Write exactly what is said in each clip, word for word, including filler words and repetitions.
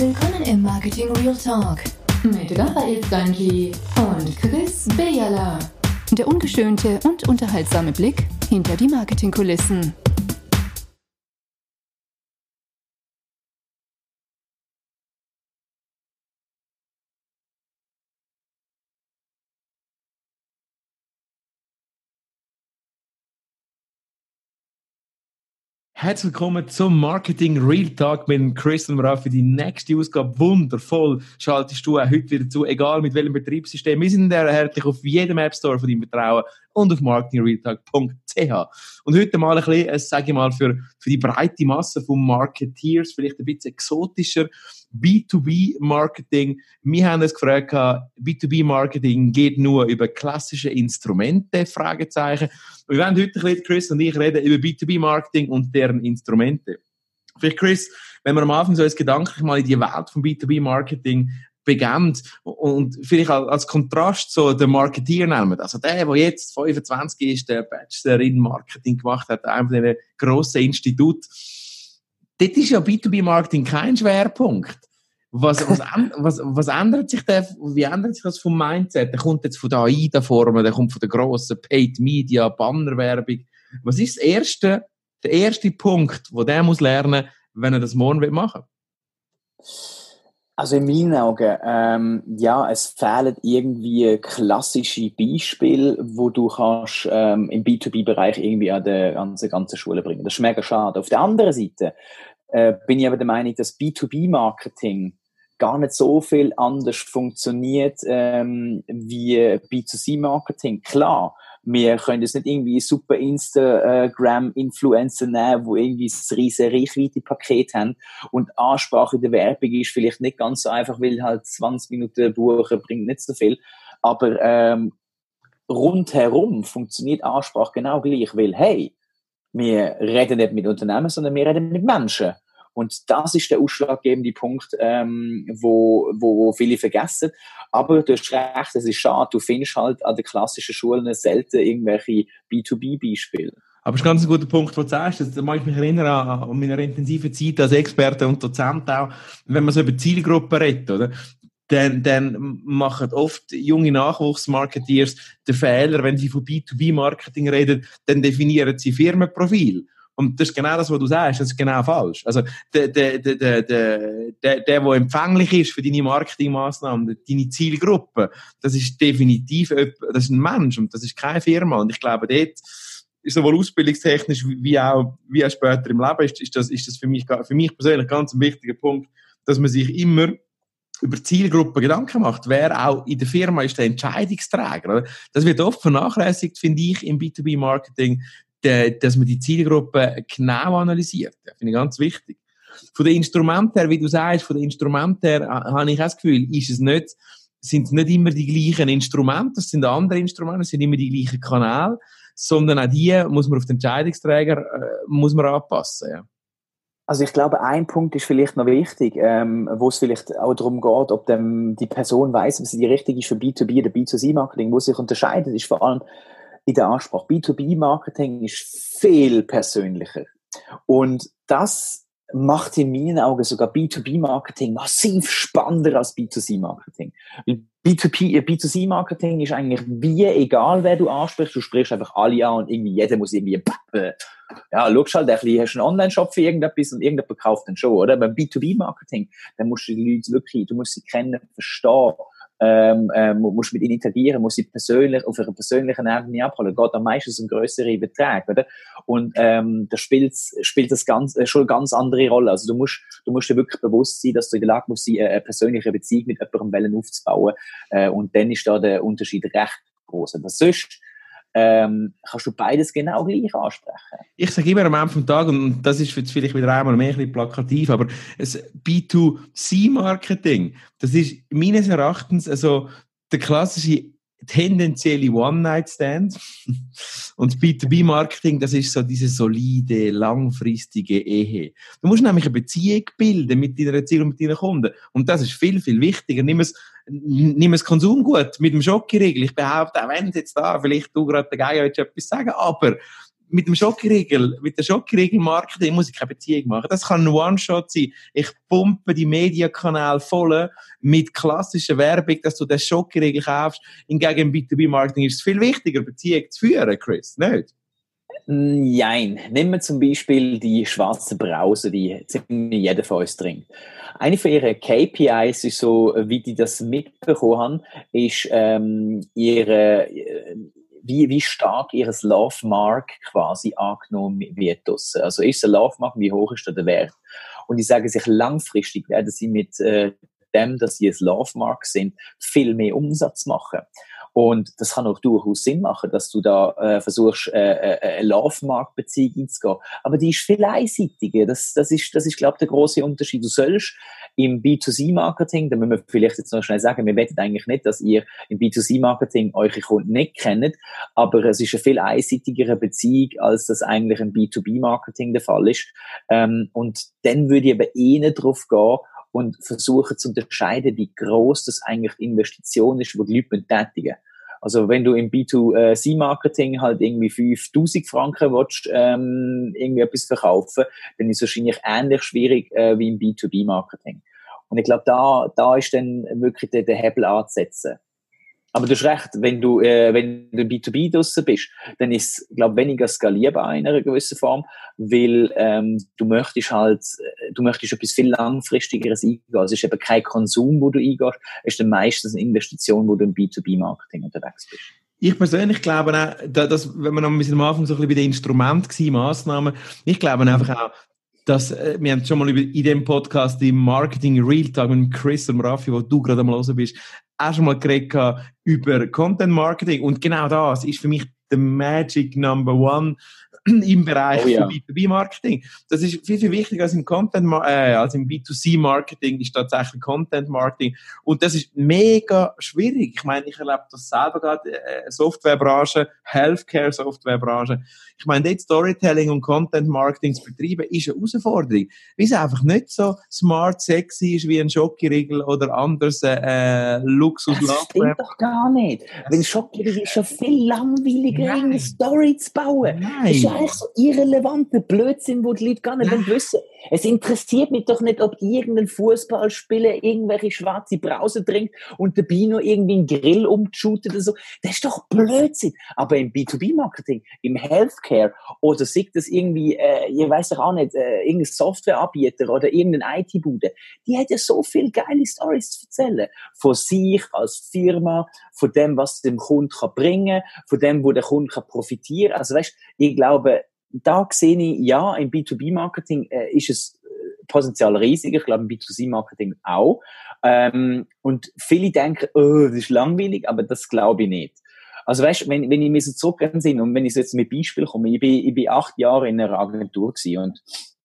Willkommen im Marketing Real Talk mit Raphael Stanji und Chris Bejala. Der ungeschönte und unterhaltsame Blick hinter die Marketingkulissen. Herzlich willkommen zum Marketing Real Talk mit Chris und Raffi. Die nächste Ausgabe wundervoll schaltest du auch heute wieder zu, egal mit welchem Betriebssystem. Wir sind erhältlich auf jedem App Store von deinem Vertrauen und auf marketing real talk punkt c h. Und heute mal ein bisschen, sage ich mal, für, für die breite Masse von Marketeers, vielleicht ein bisschen exotischer, B zwei B Marketing. Wir haben uns gefragt, B zwei B Marketing geht nur über klassische Instrumente, Fragezeichen. Wir werden heute ein bisschen, Chris und ich, reden über B zwei B Marketing und deren Instrumente. Vielleicht, Chris, wenn wir am Anfang so als gedanklich mal in die Welt von B zwei B Marketing beginnt und vielleicht als Kontrast so den Marketeer nehmen. Also der, der jetzt fünfundzwanzig ist, der Bachelor in Marketing gemacht hat, einem von diesen grossen Institut. Dort ist ja B zwei B Marketing kein Schwerpunkt. Was, was, was, was ändert sich da, wie ändert sich das vom Mindset? Der kommt jetzt von der A I Formen, der kommt von der grossen Paid Media, Bannerwerbung. Was ist das erste, der erste Punkt, wo der muss lernen, wenn er das morgen machen will? Also in meinen Augen, ähm, ja, es fehlen irgendwie klassische Beispiele, wo du kannst ähm, im B zwei B Bereich irgendwie an der ganzen, ganzen Schule bringen. Das ist mega schade. Auf der anderen Seite äh, bin ich aber der Meinung, dass B zwei B Marketing gar nicht so viel anders funktioniert ähm, wie B zwei C Marketing. Klar, wir können jetzt nicht irgendwie super Instagram-Influencer nehmen, die irgendwie das riesige Reichweite-Paket haben und Ansprache in der Werbung ist vielleicht nicht ganz so einfach, weil halt zwanzig Minuten buchen bringt nicht so viel. Aber ähm, rundherum funktioniert Ansprache genau gleich, weil hey, wir reden nicht mit Unternehmen, sondern wir reden mit Menschen. Und das ist der ausschlaggebende Punkt, ähm, wo, wo, wo viele vergessen. Aber du hast recht, es ist schade, du findest halt an den klassischen Schulen selten irgendwelche B zwei B Beispiele. Aber es ist ein ganz guter Punkt, den du sagst. Da mag ich mich erinnern an, an meine intensive Zeit als Experte und Dozent auch, wenn man so über Zielgruppen redet, oder? Dann, dann machen oft junge Nachwuchsmarketeers den Fehler, wenn sie von B zwei B Marketing reden, dann definieren sie Firmenprofil. Und das ist genau das, was du sagst, das ist genau falsch. Also, der, der, der, der, der, der, der empfänglich ist für deine Marketingmaßnahmen, deine Zielgruppe, das ist definitiv, das ist ein Mensch und das ist keine Firma. Und ich glaube, dort ist sowohl ausbildungstechnisch wie auch, wie auch später im Leben ist, ist das, ist das für mich, für mich persönlich ganz ein wichtiger Punkt, dass man sich immer über Zielgruppen Gedanken macht. Wer auch in der Firma ist der Entscheidungsträger. Das wird oft vernachlässigt, finde ich, im B zwei B Marketing, dass man die Zielgruppe genau analysiert. Das finde ich ganz wichtig. Von den Instrumenten her, wie du sagst, von den Instrumenten her, habe ich auch das Gefühl, ist es nicht, sind es nicht immer die gleichen Instrumente, das sind andere Instrumente, es sind immer die gleichen Kanäle, sondern auch die muss man auf den Entscheidungsträger äh, muss man anpassen. Ja. Also ich glaube, ein Punkt ist vielleicht noch wichtig, ähm, wo es vielleicht auch darum geht, ob dem, die Person weiss, ob sie die richtige ist für B zwei B oder B zwei C Marketing, wo sich unterscheidet, ist vor allem in der Ansprache. B zwei B Marketing ist viel persönlicher. Und das macht in meinen Augen sogar B zwei B Marketing massiv spannender als B zwei C Marketing. B zwei B, B zwei C Marketing ist eigentlich wie egal, wer du ansprichst. Du sprichst einfach alle an und irgendwie jeder muss irgendwie, äh, ja, schau halt, du hast einen Online-Shop für irgendetwas und irgendjemand kauft dann schon, oder? Beim B zwei B Marketing, dann musst du die Leute wirklich, du musst sie kennen, verstehen, Ähm, ähm, musst mit ihnen interagieren, musst sie persönlich, auf einer persönlichen Ebene abholen. Geht am meisten um grössere Beträge, oder? Und, ähm, da spielt, spielt das ganz, äh, schon eine ganz andere Rolle. Also du musst, du musst dir wirklich bewusst sein, dass du in der Lage musst, eine persönliche Beziehung mit jemandem aufzubauen. Äh, und dann ist da der Unterschied recht groß. Aber sonst, ähm, kannst du beides genau gleich ansprechen. Ich sage immer am Ende des Tages, und das ist jetzt vielleicht wieder einmal mehr ein bisschen plakativ, aber das B zwei C Marketing, das ist meines Erachtens also der klassische tendenzielle One-Night-Stand. Und das B zwei B Marketing, das ist so diese solide, langfristige Ehe. Du musst nämlich eine Beziehung bilden mit deiner Ziel und mit deinen Kunden. Und das ist viel, viel wichtiger. Nimm es, nimm es Konsumgut mit dem Schokoriegel. Ich behaupte, auch wenn jetzt da vielleicht du gerade der Geier willst, etwas sagen, aber mit dem Schokoriegel, mit der Schokoriegel-Marketing muss ich keine Beziehung machen. Das kann ein One-Shot sein. Ich pumpe die Medienkanäle voll mit klassischer Werbung, dass du den Schokoriegel kaufst. Hingegen im B zwei B-Marketing ist es viel wichtiger, Beziehung zu führen, Chris, nicht? Nein. Nehmen wir zum Beispiel die schwarze Brause, die ziemlich jeder von uns trinkt. Eine von ihren K P Is ist so, wie die das mitbekommen haben, ist ähm, ihre, wie, wie stark ihres Love Mark quasi angenommen wird. Also ist der Love Mark, wie hoch ist da der Wert? Und die sagen sich, langfristig werden sie mit äh, dem, dass sie ein Love Mark sind, viel mehr Umsatz machen. Und das kann auch durchaus Sinn machen, dass du da äh, versuchst, äh, äh, eine Love-Mark-Beziehung einzugehen. Aber die ist viel einseitiger. Das, das ist, das ist, glaube ich, der grosse Unterschied. Du sollst im B zwei C-Marketing, da müssen wir vielleicht jetzt noch schnell sagen, wir wollen eigentlich nicht, dass ihr im B zwei C-Marketing eure Kunden nicht kennt, aber es ist eine viel einseitigere Beziehung, als das eigentlich im B zwei B-Marketing der Fall ist. Ähm, und dann würde ich aber eh nicht drauf gehen, und versuchen zu unterscheiden, wie gross das eigentlich die Investition ist, die die Leute tätigen. Also wenn du im B zwei C-Marketing halt irgendwie fünftausend Franken willst, ähm, irgendwie etwas verkaufen, dann ist es wahrscheinlich ähnlich schwierig äh, wie im B zwei B-Marketing. Und ich glaube, da, da ist dann wirklich der, der Hebel anzusetzen. Aber du hast recht, wenn du, äh, wenn du B zwei B draussen bist, dann ist es, glaube ich, weniger skalierbar in einer gewissen Form, weil ähm, du möchtest halt, du möchtest etwas viel langfristigeres eingehen. Also es ist eben kein Konsum, wo du eingehst, es ist dann meistens eine Investition, wo du im B zwei B-Marketing unterwegs bist. Ich persönlich glaube auch, dass, wenn wir noch ein bisschen am Anfang so ein bisschen bei den Instrumenten gewesen, Massnahmen, ich glaube einfach auch, dass, äh, wir haben schon mal über, in dem Podcast im Marketing Real Talk mit Chris und Raffi, wo du gerade am Hören bist, auch schon mal geredet über Content Marketing. Und genau das ist für mich der Magic Number One im Bereich oh, ja. von B zwei B-Marketing. Das ist viel, viel wichtiger als im Content, äh, als im B zwei C-Marketing, ist tatsächlich Content-Marketing. Und das ist mega schwierig. Ich meine, ich erlebe das selber gerade, äh, Softwarebranche, Healthcare-Softwarebranche. Ich meine, dort Storytelling und Content-Marketing zu betreiben, ist eine Herausforderung. Weil es einfach nicht so smart, sexy ist wie ein Schokoriegel oder anders, äh, Luxus. Das stimmt doch gar nicht. Wenn Schokoriegel ist ja viel langweiliger, eine Story zu bauen. Nein. Eigentlich so irrelevanter Blödsinn, wo die Leute gar nicht wissen. Es interessiert mich doch nicht, ob irgendein Fußballspieler irgendwelche schwarze Brause trinkt und dabei noch irgendwie einen Grill umshootet oder so. Das ist doch Blödsinn. Aber im B zwei B-Marketing, im Healthcare oder sagt das irgendwie, äh, ich weiss doch auch nicht, äh, irgendein Softwareanbieter oder irgendein I T-Bude, die hat ja so viele geile Stories zu erzählen. Von sich als Firma, von dem, was dem Kunden kann bringen, von dem, wo der Kunde kann profitieren. Also weißt, ich glaube, da sehe ich, ja, im B zwei B-Marketing äh, ist es äh, Potenzial riesig, ich glaube im B zwei C-Marketing auch. Ähm, und viele denken, oh, das ist langweilig, aber das glaube ich nicht. Also weißt, wenn, wenn ich mir so zurücksehe und wenn ich jetzt mit Beispiel komme, ich bin, ich bin acht Jahre in einer Agentur gewesen und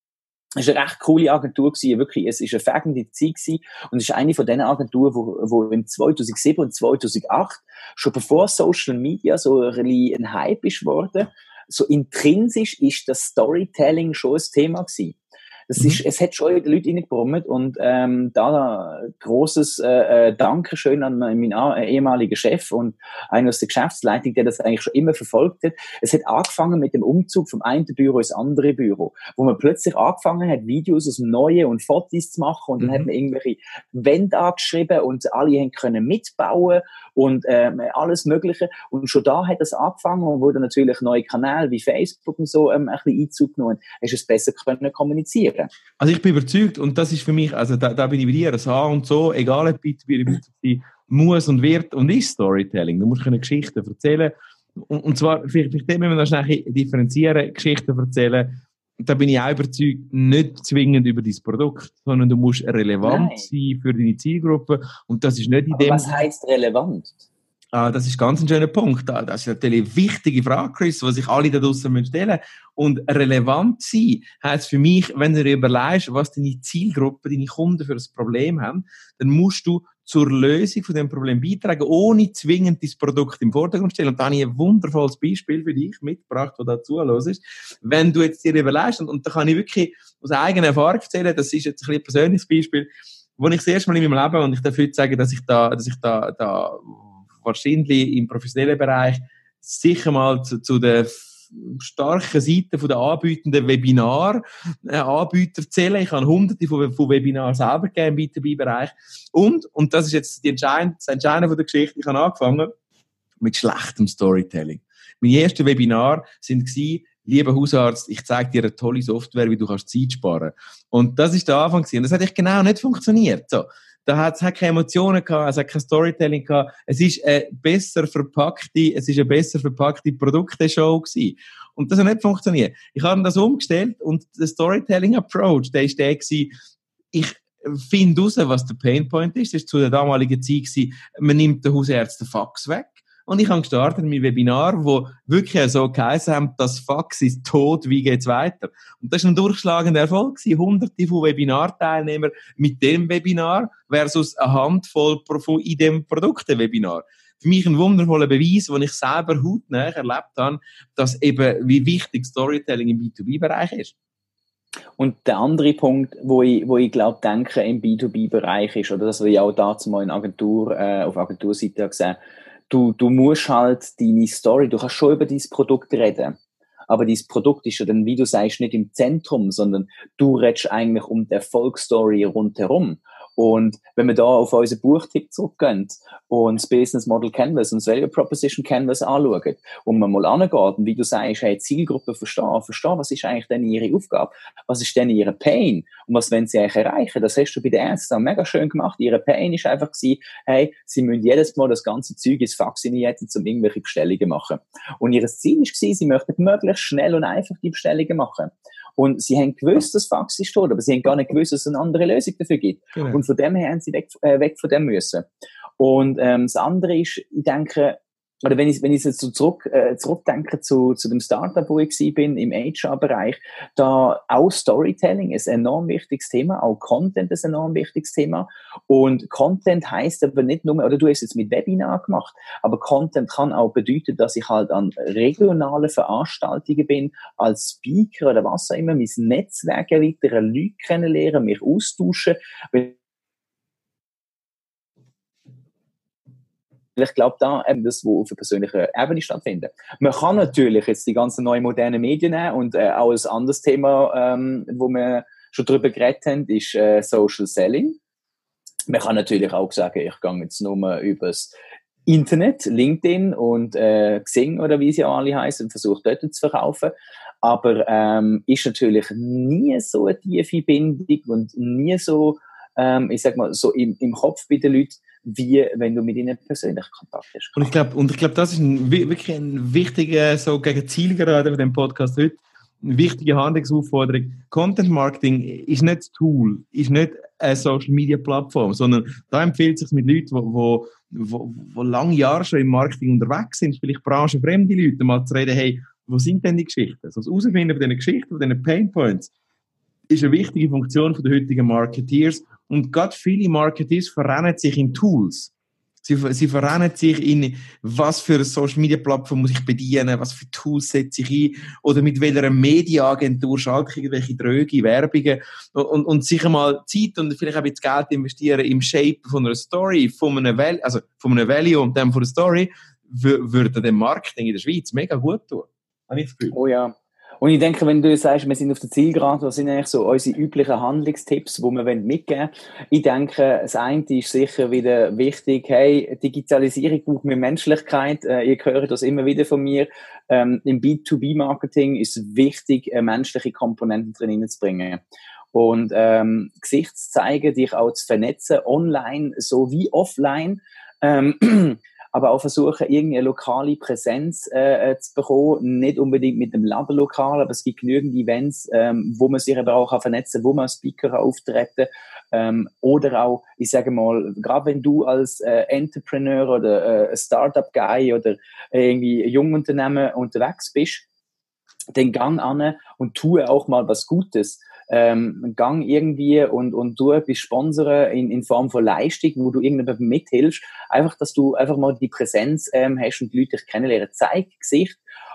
es war eine recht coole Agentur gewesen, wirklich, es war eine fängende Zeit gewesen und es ist eine von den Agenturen, wo, wo im zweitausendsieben und zweitausendacht, schon bevor Social Media so ein Hype ist worden, so intrinsisch ist das Storytelling schon ein Thema gewesen. Das ist, mhm. Es hat schon die Leute reingebrummt und ähm, da grosses äh, Dankeschön an meinen äh, ehemaligen Chef und einen aus der Geschäftsleitung, der das eigentlich schon immer verfolgt hat. Es hat angefangen mit dem Umzug vom einen Büro ins andere Büro, wo man plötzlich angefangen hat, Videos aus dem Neuen und Fotos zu machen und dann mhm. hat man irgendwelche Wände angeschrieben und alle haben können mitbauen und ähm, alles Mögliche. Und schon da hat das angefangen und wurde natürlich neue Kanäle wie Facebook und so ähm, ein bisschen Einzug genommen. Hast du es besser können kommunizieren. Also ich bin überzeugt, und das ist für mich, also da, da bin ich bei dir, das A und so, egal ob B zwei B muss und wird und ist Storytelling. Du musst eine Geschichte erzählen. Und, und zwar, vielleicht, vielleicht müssen wir das schnell differenzieren, Geschichten erzählen. Da bin ich auch überzeugt, nicht zwingend über dein Produkt, sondern du musst relevant Nein. sein für deine Zielgruppe. Und das ist nicht in Aber dem... was heisst relevant? Ah, das ist ganz ein schöner Punkt. Das ist natürlich eine wichtige Frage, Chris, die sich alle da draussen stellen müssen. Und relevant sein heisst für mich, wenn du dir überlegst, was deine Zielgruppe, deine Kunden für ein Problem haben, dann musst du zur Lösung von dem Problem beitragen, ohne zwingend dein Produkt im Vordergrund zu stellen. Und da habe ich ein wundervolles Beispiel für dich mitgebracht, das dazu los ist. Wenn du jetzt dir überlegst, und, und da kann ich wirklich aus eigener Erfahrung erzählen, das ist jetzt ein, ein persönliches Beispiel, wo ich das erste Mal in meinem Leben, und ich darf heute sagen, dass ich da, dass ich da, da wahrscheinlich im professionellen Bereich sicher mal zu, zu den starken Seite von der anbietenden Webinar äh, Anbieter zählen. Ich habe hunderte von, von Webinaren selber gegeben im B zwei B-Bereich. Und, und das ist jetzt die entscheidende, das Entscheidende von der Geschichte, ich habe angefangen mit schlechtem Storytelling. Meine ersten Webinare waren, lieber Hausarzt, ich zeige dir eine tolle Software, wie du kannst Zeit sparen. Und das ist der Anfang gewesen. Und das hat echt genau nicht funktioniert. So. Da hat es keine Emotionen gehabt, es hat kein Storytelling gehabt. Es ist eine besser verpackte, es ist eine besser verpackte Produkteshow gewesen. Und das hat nicht funktioniert. Ich habe das umgestellt und der Storytelling-Approach, der ist der gewesen, ich finde raus, was der Painpoint ist. Das war zu der damaligen Zeit gewesen, man nimmt den Hausärzten Fax weg. Und ich habe gestartet mit Webinar, wo wirklich so geheißen haben, das Fax ist tot, wie geht's weiter? Und das war ein durchschlagender Erfolg gewesen. Hunderte von Webinarteilnehmern mit dem Webinar versus eine Handvoll in dem Produkte-Webinar. Für mich ein wundervoller Beweis, den ich selber hautnah erlebt habe, dass eben, wie wichtig Storytelling im B zwei B-Bereich ist. Und der andere Punkt, wo ich, wo ich glaube, denke, im B zwei B-Bereich ist, oder das, was ich auch dazu mal in Agentur, äh, auf Agenturseite gesehen habe, Du, du musst halt deine Story, du kannst schon über dein Produkt reden, aber dein Produkt ist ja dann, wie du sagst, nicht im Zentrum, sondern du redest eigentlich um die Erfolgsstory rundherum. Und wenn wir da auf unseren Buchtipp zurückgehen und das Business Model Canvas und das Value Proposition Canvas anschauen und man mal angeht und wie du sagst, hey, Zielgruppe verstehen, verstehen, was ist eigentlich denn ihre Aufgabe, was ist denn ihre Pain und was wollen sie eigentlich erreichen, das hast du bei den Ärzten mega schön gemacht. Ihre Pain ist einfach gewesen, hey, sie müssen jedes Mal das ganze Zeug ins Fax hineinsetzen, um irgendwelche Bestellungen machen. Und ihr Ziel ist gewesen, sie möchten möglichst schnell und einfach die Bestellungen machen. Und sie haben gewusst, dass Fax ist tot, aber sie haben gar nicht gewusst, dass es eine andere Lösung dafür gibt. Genau. Und von dem her haben sie weg, äh, weg von dem müssen. Und ähm, das andere ist, ich denke, oder wenn ich, wenn ich jetzt so zurück, äh, zurückdenke zu, zu dem Startup, wo ich gewesen bin, im H R-Bereich, da auch Storytelling ist ein enorm wichtiges Thema, auch Content ist ein enorm wichtiges Thema. Und Content heisst aber nicht nur, oder du hast jetzt mit Webinar gemacht, aber Content kann auch bedeuten, dass ich halt an regionalen Veranstaltungen bin, als Speaker oder was auch immer, mein Netzwerk erweitern, Leute kennenlernen, mich austauschen. Ich glaube, da eben das, was auf der persönlichen Ebene stattfindet. Man kann natürlich jetzt die ganzen neuen modernen Medien nehmen und äh, auch ein anderes Thema, ähm, wo wir schon drüber geredet haben, ist äh, Social Selling. Man kann natürlich auch sagen, ich gehe jetzt nur übers Internet, LinkedIn und äh, Xing oder wie sie auch alle heißen und versuche dort zu verkaufen. Aber ähm, ist natürlich nie so eine tiefe Bindung und nie so, ähm, ich sag mal, so im, im Kopf bei den Leuten, wie wenn du mit ihnen persönlich Kontakt hast. Und ich glaube, und ich glaube, das ist ein, wirklich ein wichtiger, so gegen Zielgerade von dem Podcast heute, eine wichtige Handlungsaufforderung. Content Marketing ist nicht das Tool, ist nicht eine Social Media Plattform, sondern da empfiehlt es sich mit Leuten, die, wo, wo, wo lange Jahre schon im Marketing unterwegs sind, vielleicht branchenfremde Leute, mal zu reden, hey, wo sind denn die Geschichten? Also das Herausfinden von diesen Geschichten, von diesen Painpoints, ist eine wichtige Funktion der heutigen Marketeers. Und gerade viele Marketeers verrennen sich in Tools. Sie, sie verrennen sich in, was für eine Social-Media-Plattform muss ich bedienen, was für Tools setze ich ein, oder mit welcher Media-Agentur schalte ich irgendwelche dröge Werbungen und, und sich einmal Zeit und vielleicht auch jetzt Geld investieren im Shape von einer Story, von einem Value, also von einem Value und dann von der Story, würde dem Marketing in der Schweiz mega gut tun. Habe ich das Gefühl. Oh ja. Und ich denke, wenn du sagst, wir sind auf der Zielgerade, was sind eigentlich so unsere üblichen Handlungstipps, die wir mitgeben wollen? Ich denke, das eine ist sicher wieder wichtig, hey, Digitalisierung braucht mehr Menschlichkeit. Äh, ihr hört das immer wieder von mir. Ähm, im B zwei B-Marketing ist es wichtig, äh, menschliche Komponenten drin zu bringen. Und ähm, Gesicht zu zeigen, dich auch zu vernetzen, online sowie offline. Ähm, aber auch versuchen, irgendeine lokale Präsenz äh, zu bekommen, nicht unbedingt mit dem Ladenlokal, aber es gibt genügend Events, ähm, wo man sich aber auch vernetzen kann, wo man als Speaker auftreten ähm, oder auch, ich sage mal, gerade wenn du als äh, Entrepreneur oder äh, Startup-Guy oder äh, irgendwie Jungunternehmen unterwegs bist, den Gang an und tue auch mal was Gutes. Ähm, Gang irgendwie und, und du bist Sponsoren in, in Form von Leistung, wo du irgendjemandem mithilfst. Einfach, dass du einfach mal die Präsenz ähm, hast und die Leute dich kennenlernen. Zeig Gesicht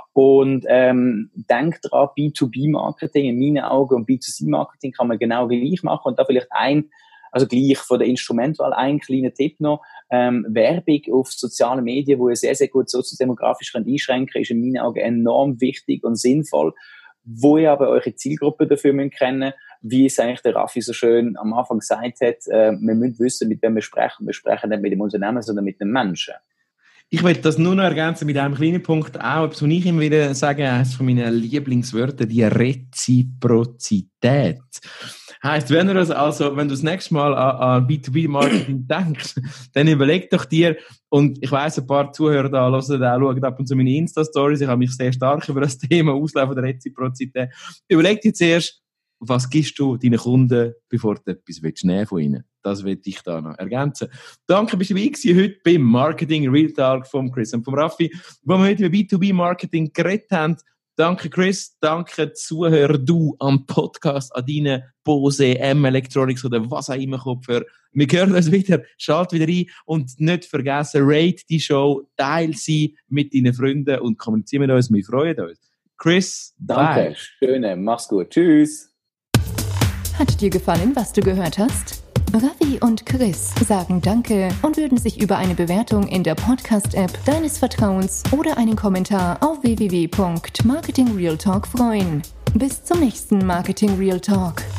und ähm, denk dran, B zwei B-Marketing in meinen Augen und B zwei C-Marketing kann man genau gleich machen und da vielleicht ein Also gleich von der Instrumentwahl ein kleiner Tipp noch. Ähm, Werbung auf sozialen Medien, wo ihr sehr, sehr gut soziodemografisch einschränken könnt, ist in meinen Augen enorm wichtig und sinnvoll. Wo ihr aber eure Zielgruppe dafür müsst kennen, wie es eigentlich der Raffi so schön am Anfang gesagt hat, äh, wir müssen wissen, mit wem wir sprechen. Wir sprechen nicht mit dem Unternehmen, sondern mit dem Menschen. Ich will das nur noch ergänzen mit einem kleinen Punkt auch, was ich immer wieder sage, eines von meinen Lieblingswörtern, die Reziprozität. Heisst, wenn du das also, wenn du das nächste Mal an, an B zwei B Marketing denkst, dann überleg doch dir, und ich weiss, ein paar Zuhörer da hören, da schauen ab und zu meine Insta-Stories, ich habe mich sehr stark über das Thema auslaufen der Reziprozität. Überleg dir zuerst, was gibst du deinen Kunden, bevor du etwas willst, nehmen von ihnen? Das will ich da noch ergänzen. Danke, bist du dabei gewesen heute beim Marketing Real Talk von Chris und vom Raffi, wo wir heute über B zwei B Marketing geredet haben. Danke Chris, danke Zuhörer, du am Podcast, an deinen Bose, M-Electronics oder was auch immer Kopfhörer. Wir hören uns wieder, schalt wieder rein und nicht vergessen, rate die Show, teile sie mit deinen Freunden und kommunizieren mit uns, wir freuen uns. Chris, danke, bye. Schöne, mach's gut, tschüss. Hat dir gefallen, was du gehört hast? Raffi und Chris sagen Danke und würden sich über eine Bewertung in der Podcast-App deines Vertrauens oder einen Kommentar auf w w w punkt marketing real talk freuen. Bis zum nächsten Marketing Real Talk.